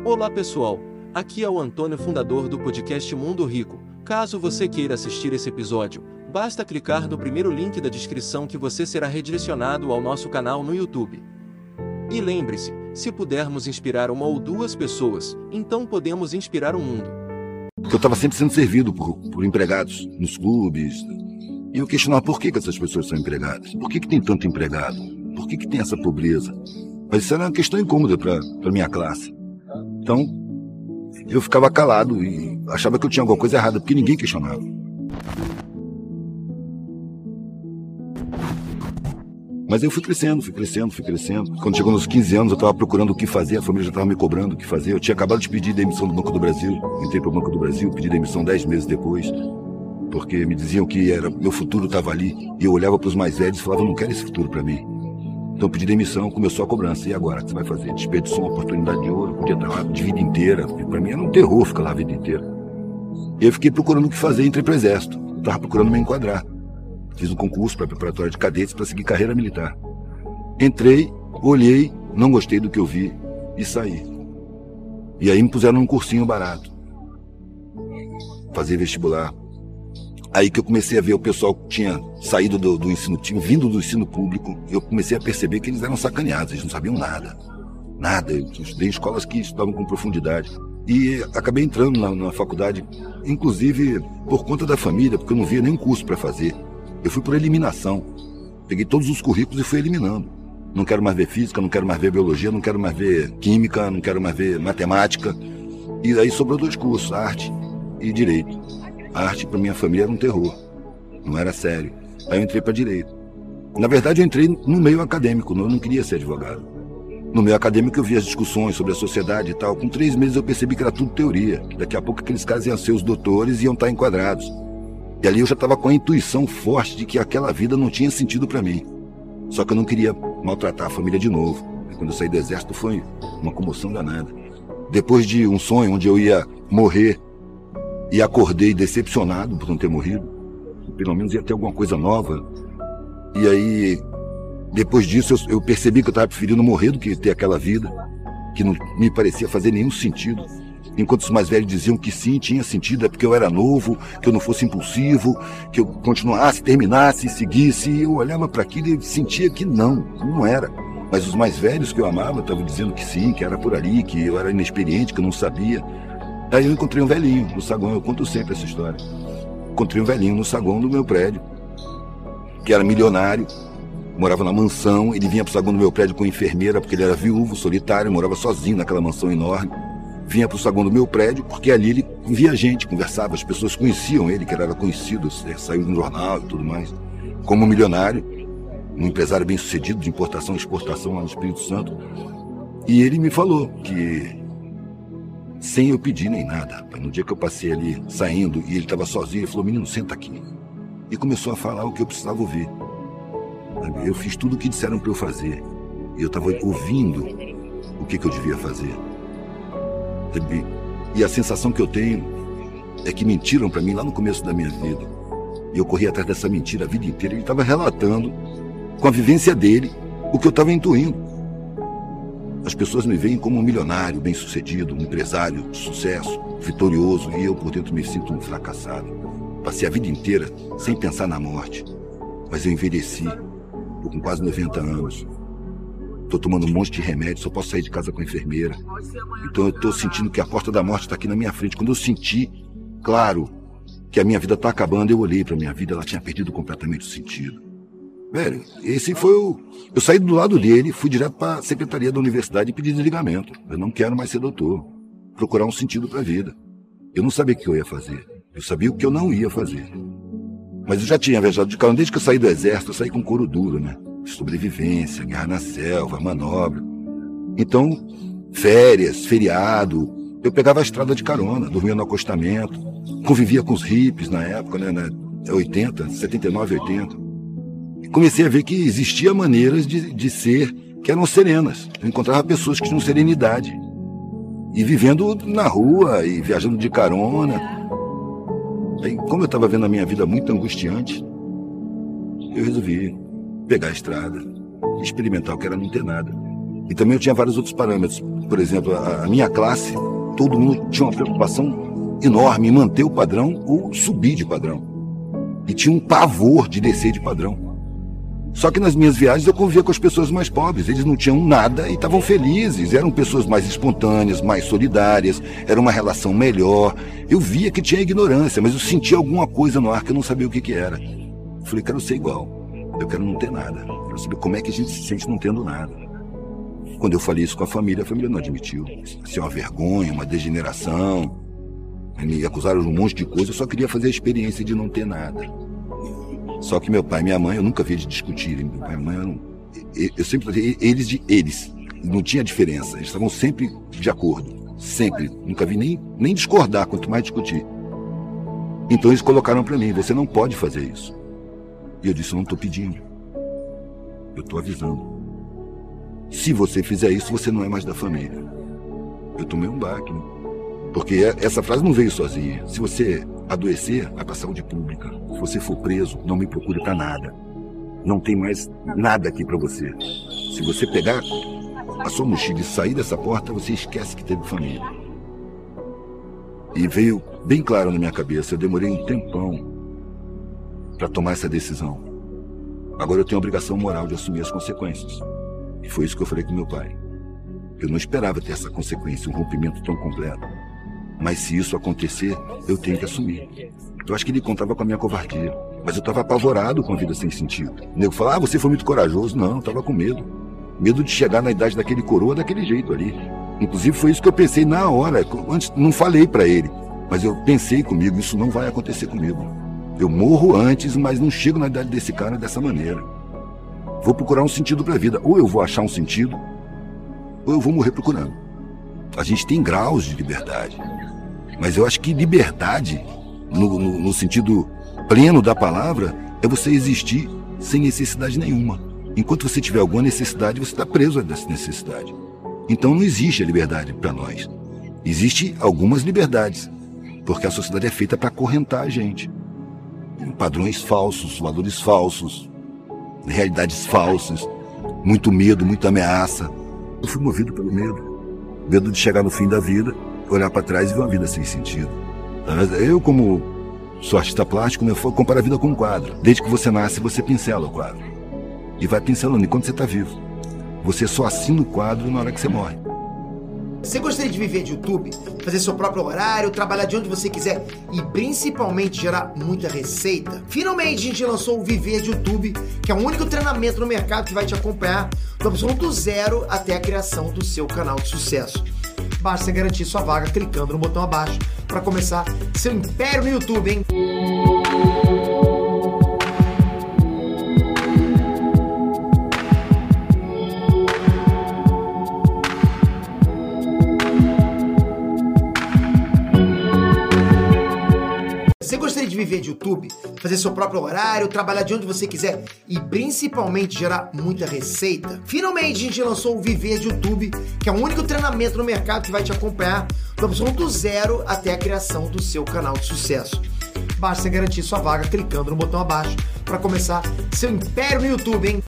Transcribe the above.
Olá pessoal, aqui é o Antônio, fundador do podcast Mundo Rico. Caso você queira assistir esse episódio, basta clicar no primeiro link da descrição que você será redirecionado ao nosso canal no YouTube. E lembre-se, se pudermos inspirar uma ou duas pessoas, então podemos inspirar o mundo. Eu estava sempre sendo servido por empregados nos clubes, e eu questionava por que essas pessoas são empregadas, por que tem tanto empregado, por que tem essa pobreza. Mas isso era uma questão incômoda para a minha classe. Então, eu ficava calado e achava que eu tinha alguma coisa errada, porque ninguém questionava. Mas eu fui crescendo. Quando chegou nos 15 anos, eu estava procurando o que fazer, a família já estava me cobrando o que fazer. Eu tinha acabado de pedir demissão do Banco do Brasil, entrei para o Banco do Brasil, pedi demissão 10 meses depois, porque me diziam que meu futuro estava ali, e eu olhava para os mais velhos e falava, eu não quero esse futuro para mim. Então eu pedi demissão, começou a cobrança. E agora, o que você vai fazer? Desperdiçou uma oportunidade de ouro, podia estar lá de vida inteira. Para mim era um terror ficar lá a vida inteira. E eu fiquei procurando o que fazer, entrei para o Exército. Eu estava procurando me enquadrar. Fiz um concurso para preparatória de cadetes para seguir carreira militar. Entrei, olhei, não gostei do que eu vi e saí. E aí me puseram num cursinho barato. Fazer vestibular. Aí que eu comecei a ver o pessoal que tinha saído do ensino, tinha vindo do ensino público, e eu comecei a perceber que eles eram sacaneados, eles não sabiam nada. Nada, eu estudei em escolas que estudavam com profundidade. E acabei entrando na faculdade, inclusive por conta da família, porque eu não via nenhum curso para fazer. Eu fui por eliminação. Peguei todos os currículos e fui eliminando. Não quero mais ver física, não quero mais ver biologia, não quero mais ver química, não quero mais ver matemática. E aí sobrou 2 cursos, arte e direito. A arte para minha família era um terror, não era sério. Aí eu entrei para direito. Na verdade eu entrei no meio acadêmico, eu não queria ser advogado. No meio acadêmico eu vi as discussões sobre a sociedade e tal. Com 3 meses eu percebi que era tudo teoria, que daqui a pouco aqueles caras iam ser os doutores e iam estar enquadrados. E ali eu já estava com a intuição forte de que aquela vida não tinha sentido para mim. Só que eu não queria maltratar a família de novo. Quando eu saí do Exército foi uma comoção danada. Depois de um sonho onde eu ia morrer, e acordei decepcionado por não ter morrido. Pelo menos ia ter alguma coisa nova. E aí, depois disso, eu percebi que eu estava preferindo morrer do que ter aquela vida, que não me parecia fazer nenhum sentido. Enquanto os mais velhos diziam que sim, tinha sentido, é porque eu era novo, que eu não fosse impulsivo, que eu continuasse, terminasse, seguisse. E eu olhava para aquilo e sentia que não era. Mas os mais velhos que eu amava estavam dizendo que sim, que era por ali, que eu era inexperiente, que eu não sabia. Aí eu encontrei um velhinho no saguão, eu conto sempre essa história. Encontrei um velhinho no saguão do meu prédio, que era milionário, morava na mansão, ele vinha pro saguão do meu prédio com enfermeira, porque ele era viúvo, solitário, morava sozinho naquela mansão enorme. Vinha pro saguão do meu prédio, porque ali ele via gente, conversava, as pessoas conheciam ele, que ele era conhecido, saiu no jornal e tudo mais. Como milionário, um empresário bem sucedido de importação e exportação lá no Espírito Santo. E ele me falou que, sem eu pedir nem nada, rapaz. No dia que eu passei ali saindo e ele estava sozinho, ele falou, menino, senta aqui. E começou a falar o que eu precisava ouvir. Eu fiz tudo o que disseram para eu fazer. E eu estava ouvindo o que eu devia fazer. E a sensação que eu tenho é que mentiram para mim lá no começo da minha vida. E eu corri atrás dessa mentira a vida inteira. Ele estava relatando, com a vivência dele, o que eu estava intuindo. As pessoas me veem como um milionário, bem-sucedido, um empresário de sucesso, vitorioso, e eu por dentro me sinto um fracassado. Passei a vida inteira sem pensar na morte, mas eu envelheci, estou com quase 90 anos. Estou tomando um monte de remédio, só posso sair de casa com a enfermeira. Então eu estou sentindo que a porta da morte está aqui na minha frente. Quando eu senti, claro, que a minha vida está acabando, eu olhei para a minha vida, ela tinha perdido completamente o sentido. Velho, esse foi o... Eu saí do lado dele, fui direto para a secretaria da universidade e pedi desligamento. Eu não quero mais ser doutor. Procurar um sentido para a vida. Eu não sabia o que eu ia fazer. Eu sabia o que eu não ia fazer. Mas eu já tinha viajado de carro. Desde que eu saí do Exército, eu saí com couro duro, né? Sobrevivência, guerra na selva, manobra. Então, férias, feriado, eu pegava a estrada de carona, dormia no acostamento, convivia com os hippies na época, né? 80, 79, 80. Comecei a ver que existia maneiras de ser que eram serenas. Eu encontrava pessoas que tinham serenidade. E vivendo na rua e viajando de carona. Aí, como eu estava vendo a minha vida muito angustiante, eu resolvi pegar a estrada e experimentar o que era não ter nada. E também eu tinha vários outros parâmetros. Por exemplo, a minha classe, todo mundo tinha uma preocupação enorme em manter o padrão ou subir de padrão. E tinha um pavor de descer de padrão. Só que nas minhas viagens eu convivia com as pessoas mais pobres. Eles não tinham nada e estavam felizes. Eram pessoas mais espontâneas, mais solidárias. Era uma relação melhor. Eu via que tinha ignorância, mas eu sentia alguma coisa no ar que eu não sabia o que era. Eu falei, quero ser igual. Eu quero não ter nada. Eu quero saber como é que a gente se sente não tendo nada. Quando eu falei isso com a família não admitiu. Isso é uma vergonha, uma degeneração. Me acusaram de um monte de coisa. Eu só queria fazer a experiência de não ter nada. Só que meu pai e minha mãe, eu nunca vi de discutirem. Meu pai e minha mãe, eu sempre tratei eles de eles. Não tinha diferença. Eles estavam sempre de acordo. Sempre. Nunca vi nem discordar, quanto mais discutir. Então eles colocaram para mim, você não pode fazer isso. E eu disse, eu não estou pedindo. Eu estou avisando. Se você fizer isso, você não é mais da família. Eu tomei um baque. Porque essa frase não veio sozinha. Se você adoecer, vai para a saúde pública. Se você for preso, não me procure para nada. Não tem mais nada aqui para você. Se você pegar a sua mochila e sair dessa porta, você esquece que teve família. E veio bem claro na minha cabeça. Eu demorei um tempão para tomar essa decisão. Agora eu tenho a obrigação moral de assumir as consequências. E foi isso que eu falei com meu pai. Eu não esperava ter essa consequência, um rompimento tão completo. Mas se isso acontecer, eu tenho que assumir. Eu acho que ele contava com a minha covardia. Mas eu estava apavorado com a vida sem sentido. O nego falava, você foi muito corajoso. Não, eu estava com medo. Medo de chegar na idade daquele coroa daquele jeito ali. Inclusive foi isso que eu pensei na hora. Antes, não falei para ele, mas eu pensei comigo, isso não vai acontecer comigo. Eu morro antes, mas não chego na idade desse cara dessa maneira. Vou procurar um sentido para a vida. Ou eu vou achar um sentido, ou eu vou morrer procurando. A gente tem graus de liberdade. Mas eu acho que liberdade, no sentido pleno da palavra, é você existir sem necessidade nenhuma. Enquanto você tiver alguma necessidade, você está preso a essa necessidade. Então não existe a liberdade para nós. Existem algumas liberdades, porque a sociedade é feita para acorrentar a gente. Padrões falsos, valores falsos, realidades falsas, muito medo, muita ameaça. Eu fui movido pelo medo. Medo de chegar no fim da vida, olhar para trás e ver uma vida sem sentido. Eu, como sou artista plástico, eu comparo a vida com um quadro. Desde que você nasce, você pincela o quadro. E vai pincelando enquanto você está vivo. Você só assina o quadro na hora que você morre. Você gostaria de viver de YouTube, fazer seu próprio horário, trabalhar de onde você quiser e principalmente gerar muita receita? Finalmente a gente lançou o Viver de YouTube, que é o único treinamento no mercado que vai te acompanhar do absoluto zero até a criação do seu canal de sucesso. Basta garantir sua vaga clicando no botão abaixo para começar seu império no YouTube, hein? Você gostaria de viver de YouTube, fazer seu próprio horário, trabalhar de onde você quiser e principalmente gerar muita receita? Finalmente a gente lançou o Viver de YouTube, que é o único treinamento no mercado que vai te acompanhar do absoluto zero até a criação do seu canal de sucesso. Basta garantir sua vaga clicando no botão abaixo para começar seu império no YouTube, hein?